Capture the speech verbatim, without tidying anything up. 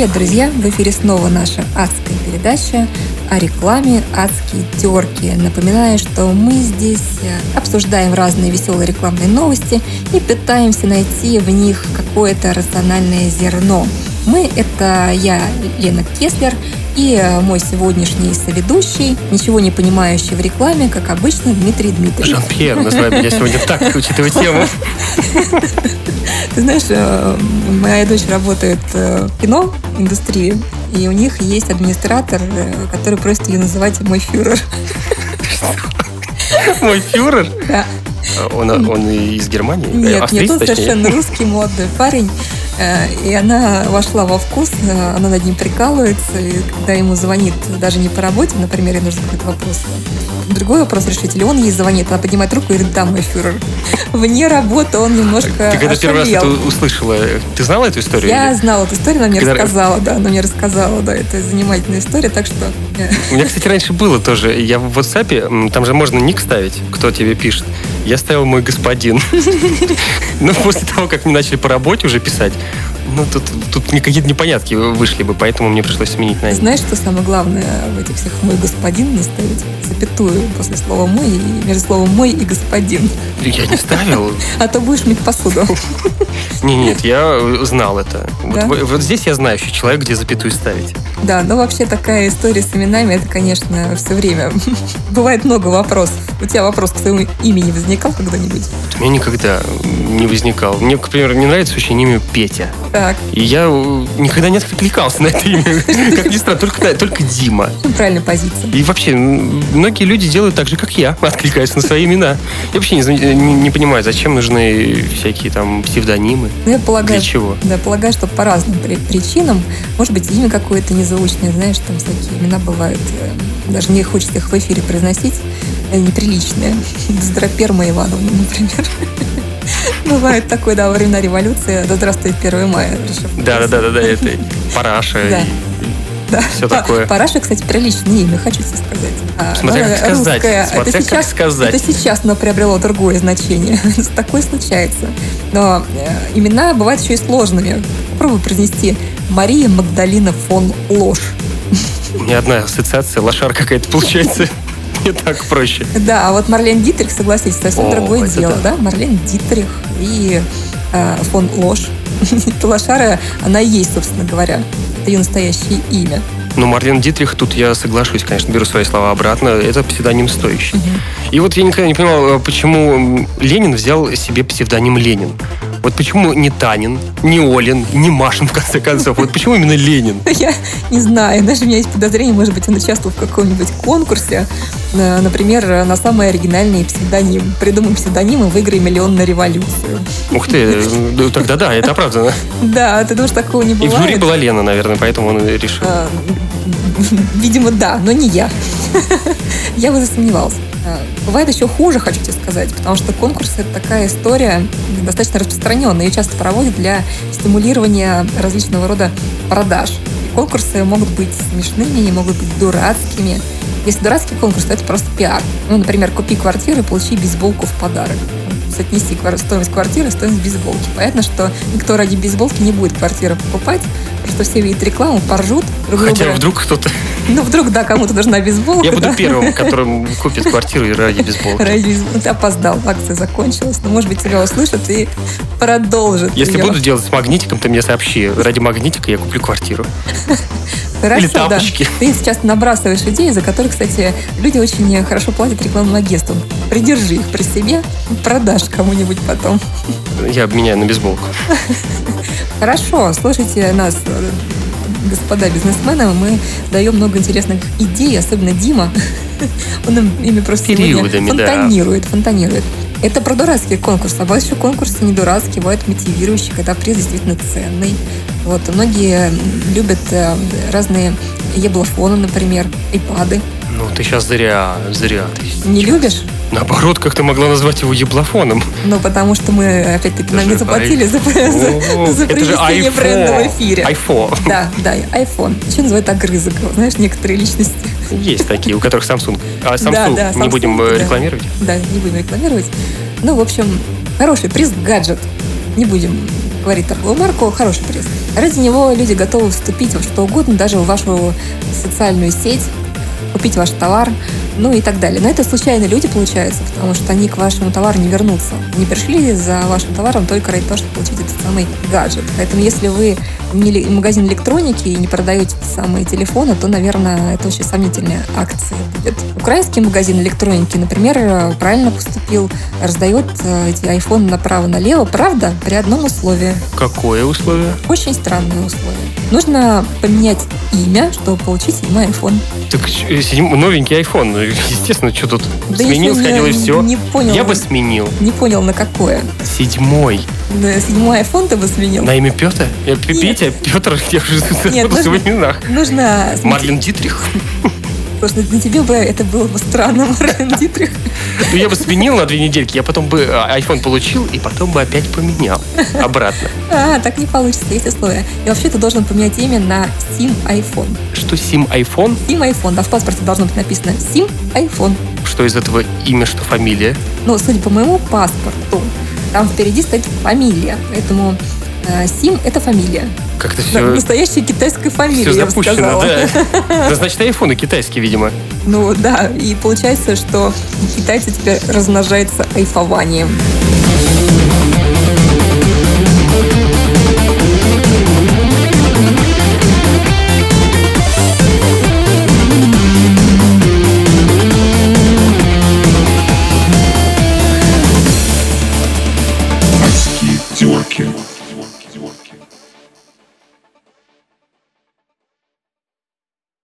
Привет, друзья! В эфире снова наша адская передача о рекламе «Адские терки». Напоминаю, что мы здесь обсуждаем разные веселые рекламные новости и пытаемся найти в них какое-то рациональное зерно. Мы — это я, Лена Кеслер, и мой сегодняшний соведущий, ничего не понимающий в рекламе, как обычно, Дмитрий Дмитриев. Жан-Пьер, называй меня сегодня так, учитывая тему. Ты знаешь, моя дочь работает в киноиндустрии, и у них есть администратор, который просит ее называть «мой фюрер». Мой фюрер? Да. Он, он из Германии? Нет, Австрийц, нет, он точнее? совершенно русский молодой парень. И она вошла во вкус, она над ним прикалывается, и когда ему звонит даже не по работе, например, ей нужен какой-то вопрос, другой вопрос решить, или он ей звонит, она поднимает руку и говорит: да, мой фюрер. Вне работы он немножко Ты когда ошалел. первый раз это услышала, ты знала эту историю? Я или? знала эту историю, она мне Когда... рассказала, да, она мне рассказала, да, это занимательная история, так что... У меня, кстати, раньше было тоже, я в WhatsApp, там же можно ник ставить, кто тебе пишет. Я ставил «мой господин». Но после того, как мне начали по работе уже писать, ну, тут, тут какие-то непонятки вышли бы, поэтому мне пришлось сменить на... Знаешь, что самое главное в этих всех «мой господин» не ставить? Запятую после слова «мой» и между словом «мой» и «господин». Я не ставил. А то будешь мыть посуду. Не, нет, я знал это. Да? Вот, вот здесь я знающий человек, где запятую ставить. Да, но вообще такая история с именами, это, конечно, все время. Бывает много вопросов. У тебя вопрос к своему имени возникал когда-нибудь? У меня никогда не возникал. Мне, к примеру, не нравится очень имя Петя. Так. И я никогда не откликался на это имя. Как ни странно, только, только Дима. Правильная позиция. И вообще, многие люди делают так же, как я, откликаются на свои имена. Я вообще не, не, не понимаю, зачем нужны всякие там псевдонимы. Ну, я полагаю, Для чего? Да, полагаю, что по разным причинам. Может быть, имя какое-то незвучное, знаешь, там всякие имена бывают. Даже не хочется их в эфире произносить. Неприличные. Здраперма Ивановна, например. Бывает такое, да, во времена революции. Да здравствует первое мая. Да, да, да, да, это Параша. Да. И... Да. Все такое. Параша, кстати, приличное имя, хочу тебе сказать. Смотря как сказать. Русское. Смотря это как сейчас, сказать. Это сейчас оно приобрело другое значение. Такое случается. Но э, имена бывают еще и сложными. Попробуй произнести: Мария Магдалина фон Лош. У меня одна ассоциация, лошар какая-то получается. Не так проще. Да, а вот Марлен Дитрих, согласитесь, совсем О, другое дело. да. Да? Марлен Дитрих и э, фон Лош. Это лошара, она и есть, собственно говоря. Это ее настоящее имя. Ну, Марлен Дитрих, тут я соглашусь, конечно, беру свои слова обратно. Это псевдоним стоящий. Угу. И вот я никогда не понимал, почему Ленин взял себе псевдоним Ленин. Вот почему не Танин, не Олин, не Машин, в конце концов? Вот почему именно Ленин? Я не знаю. Даже у меня есть подозрение, может быть, он участвовал в каком-нибудь конкурсе, например, на самый оригинальный псевдоним. Придумаем псевдоним и выиграем миллион на революцию. Ух ты, тогда да, это оправдано. Да, ты думаешь, такого не бывает? И в жюри была Лена, наверное, поэтому он решил. Видимо, да, но не я. Я бы засомневался. Бывает еще хуже, хочу тебе сказать, потому что конкурс — это такая история достаточно распространенная. Ее часто проводят для стимулирования различного рода продаж. И конкурсы могут быть смешными и могут быть дурацкими. Если дурацкий конкурс, то это просто пиар. Ну, например, купи квартиру и получи бейсболку в подарок. Соотнести стоимость квартиры и стоимость бейсболки. Понятно, что никто ради бейсболки не будет квартиру покупать, просто все видят рекламу, поржут. Хотя говоря. Вдруг кто-то... Ну, вдруг, да, кому-то нужна бейсболка. Я буду да? первым, которым купит квартиру ради бейсболки. Ради бейсболки. Ты опоздал, акция закончилась. Но, может быть, тебя услышат и продолжат. Если ее. буду делать с магнитиком, ты мне сообщи. Ради магнитика я куплю квартиру. Хорошо, или тапочки. Да. Ты сейчас набрасываешь идеи, за которые, кстати, люди очень хорошо платят рекламным агентствам. Придержи их при себе, продашь кому-нибудь потом. Я обменяю на бейсболку. Хорошо, слушайте нас, господа бизнесмены, мы даем много интересных идей, особенно Дима. Он ими просто периодами, фонтанирует, да. фонтанирует. Это про дурацкий конкурс. А бывают еще конкурсы не дурацкие, бывают мотивирующие, когда приз действительно ценный. Вот. Многие любят разные еблофоны, например, айпады. Ну, ты сейчас зря, зря. Ты не любишь? Наоборот, как ты могла назвать его еблофоном? Ну, потому что мы, опять-таки, нам не заплатили за, за, за проведение бренда в эфире. айфон. Да, да, iPhone. Еще называют огрызок. Знаешь, некоторые личности. Есть такие, у которых Samsung. А Samsung да, да, не Samsung, будем да. рекламировать? Да, не будем рекламировать. Ну, в общем, хороший приз — гаджет. не будем говорить торговую марку, хороший пресс. Ради него люди готовы вступить во что угодно, даже в вашу социальную сеть, купить ваш товар, ну и так далее. Но это случайные люди, получается, потому что они к вашему товару не вернутся. Не пришли за вашим товаром только ради того, чтобы получить этот самый гаджет. Поэтому если вы не магазин электроники и не продаете самые телефоны, то, наверное, это очень сомнительная акция будет. Украинский магазин электроники, например, правильно поступил, раздает эти айфоны направо-налево, правда, при одном условии. Какое условие? Очень странное условие. Нужно поменять имя, чтобы получить седьмой айфон. Так новенький айфон, ну, естественно, что тут? Да сменил, сходил не, и все. Не понял. Я бы сменил. Не понял, на какое. Седьмой. На седьмой айфон ты бы сменил? На имя Петр? Я Петя, Петр, я уже забыл в именах. Нужно... Марлен Дитрих? Потому что на тебе бы это было бы странно, Марлен Дитрих. Ну, я бы сменил на две недельки, я потом бы iPhone получил, и потом бы опять поменял обратно. А, так не получится, есть условия. И вообще ты должен поменять имя на Сим айфон. Что, Сим айфон? Сим айфон, да, в паспорте должно быть написано Сим айфон. Что из этого имя, что фамилия? Ну, судя по моему паспорту, там впереди стоит фамилия, поэтому э, Сим — это фамилия. Как-то все... Да, настоящая китайская фамилия, все я бы запущено, сказала. да. Да, значит, айфоны китайские, видимо. Ну да, и получается, что китайцы теперь размножаются айфованием. Терки.